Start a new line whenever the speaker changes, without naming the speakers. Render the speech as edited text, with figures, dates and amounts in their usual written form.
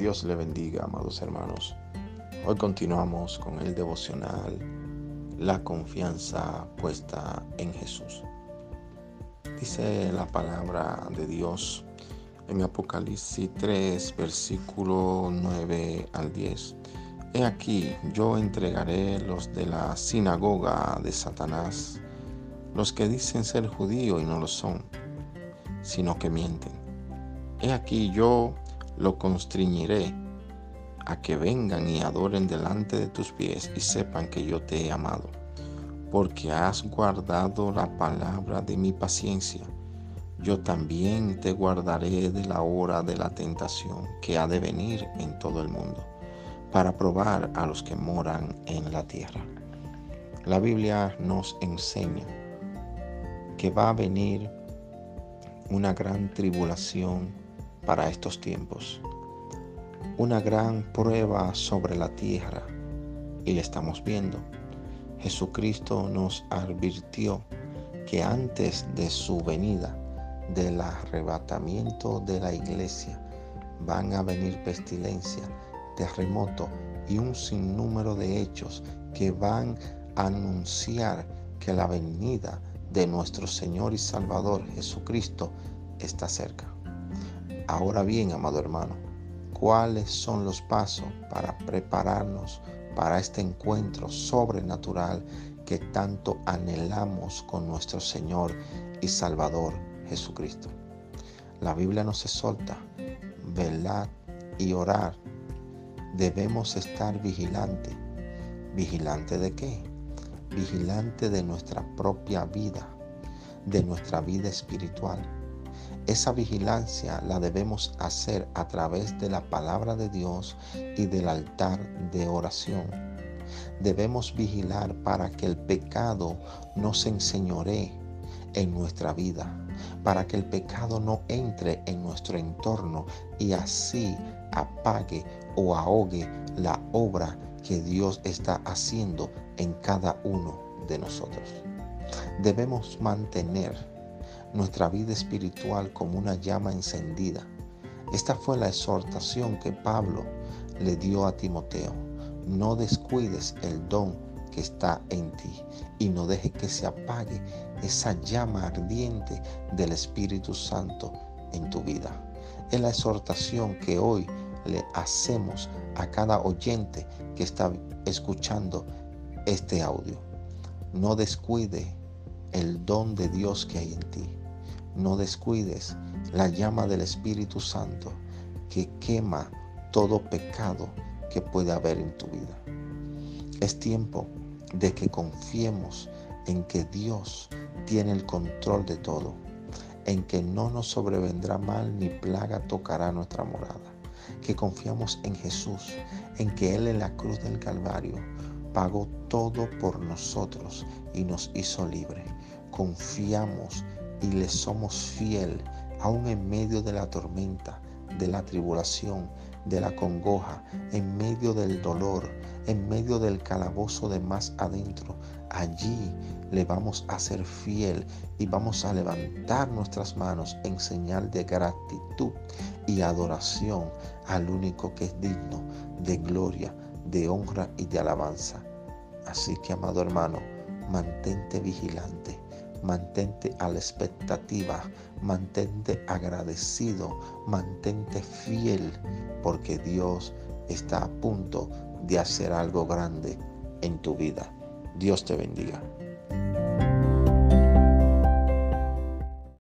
Dios le bendiga, amados hermanos. Hoy continuamos con el devocional La confianza puesta en Jesús. Dice la palabra de Dios en Apocalipsis 3, versículo 9 al 10. He aquí, yo entregaré los de la sinagoga de Satanás, los que dicen ser judíos y no lo son, sino que mienten. He aquí, yo lo constreñiré a que vengan y adoren delante de tus pies y sepan que yo te he amado, porque has guardado la palabra de mi paciencia. Yo también te guardaré de la hora de la tentación que ha de venir en todo el mundo, para probar a los que moran en la tierra. La Biblia nos enseña que va a venir una gran tribulación para estos tiempos, una gran prueba sobre la tierra, y la estamos viendo. Jesucristo nos advirtió que antes de su venida, del arrebatamiento de la iglesia, van a venir pestilencia, terremoto y un sinnúmero de hechos que van a anunciar que la venida de nuestro Señor y Salvador Jesucristo está cerca. Ahora bien, amado hermano, ¿cuáles son los pasos para prepararnos para este encuentro sobrenatural que tanto anhelamos con nuestro Señor y Salvador Jesucristo? La Biblia nos exhorta: velad y orar. Debemos estar vigilantes. ¿Vigilante de qué? Vigilante de nuestra propia vida, de nuestra vida espiritual. Esa vigilancia la debemos hacer a través de la palabra de Dios y del altar de oración. Debemos vigilar para que el pecado no se enseñoree en nuestra vida, para que el pecado no entre en nuestro entorno y así apague o ahogue la obra que Dios está haciendo en cada uno de nosotros. Debemos mantener nuestra vida espiritual como una llama encendida. Esta fue la exhortación que Pablo le dio a Timoteo: no descuides el don que está en ti y no dejes que se apague esa llama ardiente del Espíritu Santo en tu vida. Es la exhortación que hoy le hacemos a cada oyente que está escuchando este audio. No descuide el don de Dios que hay en ti. No descuides la llama del Espíritu Santo que quema todo pecado que puede haber en tu vida. Es tiempo de que confiemos en que Dios tiene el control de todo, en que no nos sobrevendrá mal ni plaga tocará nuestra morada, que confiamos en Jesús, en que Él en la cruz del Calvario pagó todo por nosotros y nos hizo libre. Confiamos y le somos fiel aún en medio de la tormenta, de la tribulación, de la congoja, en medio del dolor, en medio del calabozo de más adentro. Allí le vamos a ser fiel y vamos a levantar nuestras manos en señal de gratitud y adoración al único que es digno de gloria, de honra y de alabanza. Así que, amado hermano, mantente vigilante, mantente a la expectativa, mantente agradecido, mantente fiel, porque Dios está a punto de hacer algo grande en tu vida. Dios te bendiga.